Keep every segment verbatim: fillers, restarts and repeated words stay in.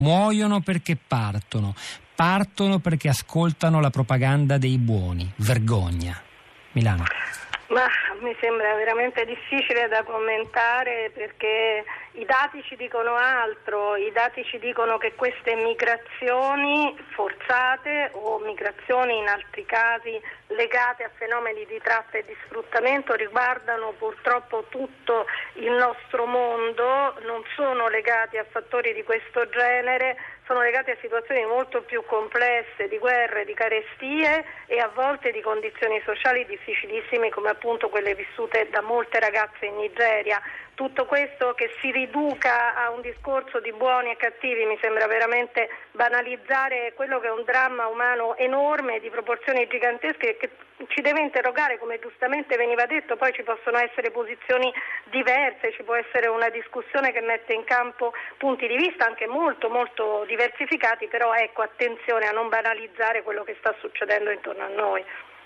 Muoiono perché partono, partono perché ascoltano la propaganda dei buoni. Vergogna. Milano. Ma mi sembra veramente difficile da commentare, perché i dati ci dicono altro. I dati ci dicono che queste migrazioni forzate o migrazioni in altri casi legate a fenomeni di tratta e di sfruttamento riguardano purtroppo tutto il nostro mondo, non sono legati a fattori di questo genere, sono legati a situazioni molto più complesse di guerre, di carestie e a volte di condizioni sociali difficilissime, come appunto quelle vissute da molte ragazze in Nigeria. Tutto questo che si riduca a un discorso di buoni e cattivi mi sembra veramente banalizzare quello che è un dramma umano enorme, di proporzioni gigantesche, che ci deve interrogare, come giustamente veniva detto. Poi ci possono essere posizioni diverse, ci può essere una discussione che mette in campo punti di vista anche molto molto diversificati, però ecco, attenzione a non banalizzare quello che sta succedendo intorno a noi.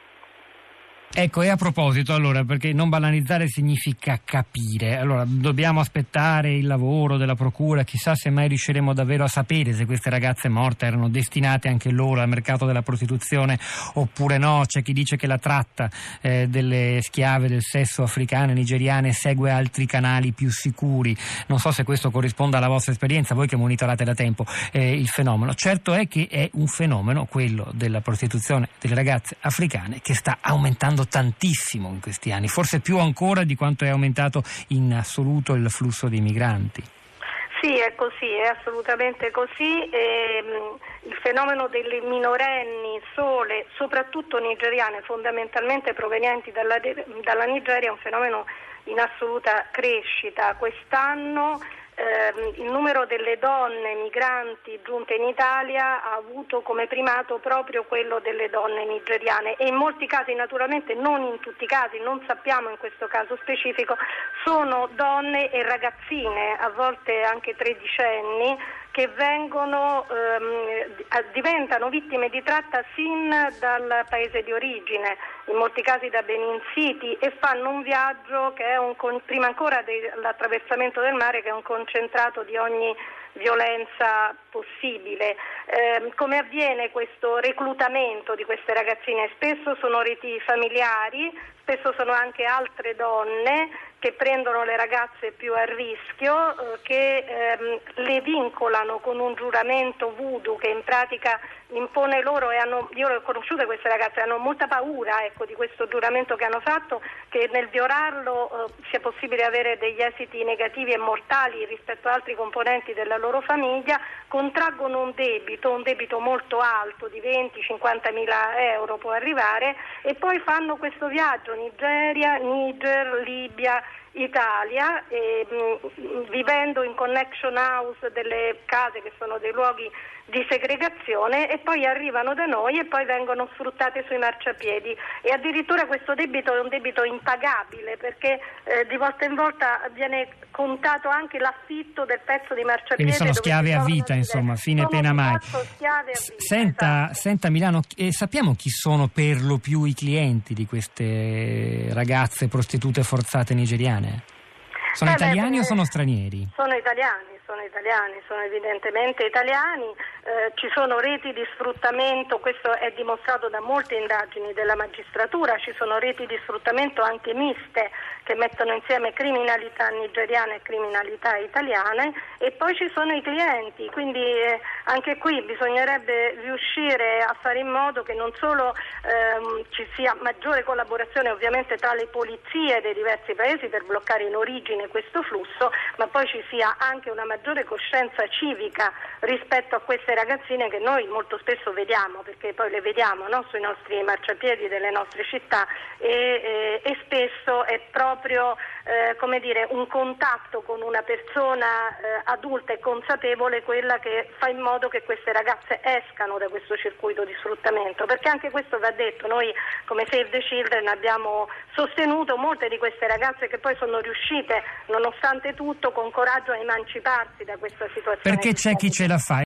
Ecco, e a proposito, allora, perché non banalizzare significa capire. Allora, dobbiamo aspettare il lavoro della procura, chissà se mai riusciremo davvero a sapere se queste ragazze morte erano destinate anche loro al mercato della prostituzione oppure no. C'è chi dice che la tratta eh, delle schiave del sesso africane, nigeriane, segue altri canali più sicuri. Non so se questo corrisponda alla vostra esperienza, voi che monitorate da tempo eh, il fenomeno. Certo è che è un fenomeno, quello della prostituzione delle ragazze africane, che sta aumentando tantissimo in questi anni, forse più ancora di quanto è aumentato in assoluto il flusso di migranti. Sì, è così, è assolutamente così. E, mh, il fenomeno delle minorenni sole, soprattutto nigeriane, fondamentalmente provenienti dalla, dalla Nigeria, è un fenomeno in assoluta crescita. Quest'anno Eh, il numero delle donne migranti giunte in Italia ha avuto come primato proprio quello delle donne nigeriane, e in molti casi, naturalmente non in tutti i casi, non sappiamo in questo caso specifico, sono donne e ragazzine, a volte anche tredicenni, che vengono ehm, diventano vittime di tratta sin dal paese di origine, in molti casi da Benin City, e fanno un viaggio che è un prima ancora dell'attraversamento del mare, che è un concentrato di ogni violenza possibile. Eh, come avviene questo reclutamento di queste ragazzine? Spesso sono riti familiari, spesso sono anche altre donne che prendono le ragazze più a rischio, eh, che ehm, le vincolano con un giuramento voodoo che in pratica impone loro, e hanno, io le ho conosciute queste ragazze, hanno molta paura ecco, di questo giuramento che hanno fatto, che nel violarlo eh, sia possibile avere degli esiti negativi e mortali rispetto ad altri componenti della loro famiglia. Contraggono un debito, un debito molto alto di venti cinquanta mila euro può arrivare, e poi fanno questo viaggio Nigeria, Niger, Libia, Italia, e, mh, vivendo in connection house delle case che sono dei luoghi di segregazione, e poi arrivano da noi e poi vengono sfruttate sui marciapiedi, e addirittura questo debito è un debito impagabile, perché eh, di volta in volta viene contato anche l'affitto del pezzo di marciapiede. Quindi sono schiave a vita, insomma, fine pena mai. Schiave a vita, senta, esatto. senta Milano, eh, sappiamo chi sono per lo più i clienti di queste ragazze prostitute forzate nigeriane? Sono eh italiani beh, o sono stranieri? Sono italiani. Sono italiani, sono evidentemente italiani, eh, ci sono reti di sfruttamento, questo è dimostrato da molte indagini della magistratura, ci sono reti di sfruttamento anche miste che mettono insieme criminalità nigeriana e criminalità italiane, e poi ci sono i clienti, quindi eh, anche qui bisognerebbe riuscire a fare in modo che non solo ehm, ci sia maggiore collaborazione ovviamente tra le polizie dei diversi paesi per bloccare in origine questo flusso, ma poi ci sia anche una maggiore coscienza civica rispetto a queste ragazzine che noi molto spesso vediamo, perché poi le vediamo no? sui nostri marciapiedi delle nostre città, e, e, e spesso è proprio eh, come dire, un contatto con una persona eh, adulta e consapevole quella che fa in modo che queste ragazze escano da questo circuito di sfruttamento, perché anche questo va detto, noi come Save the Children abbiamo sostenuto molte di queste ragazze che poi sono riuscite nonostante tutto con coraggio a emanciparsi da questa situazione. Perché c'è chi ce la fa.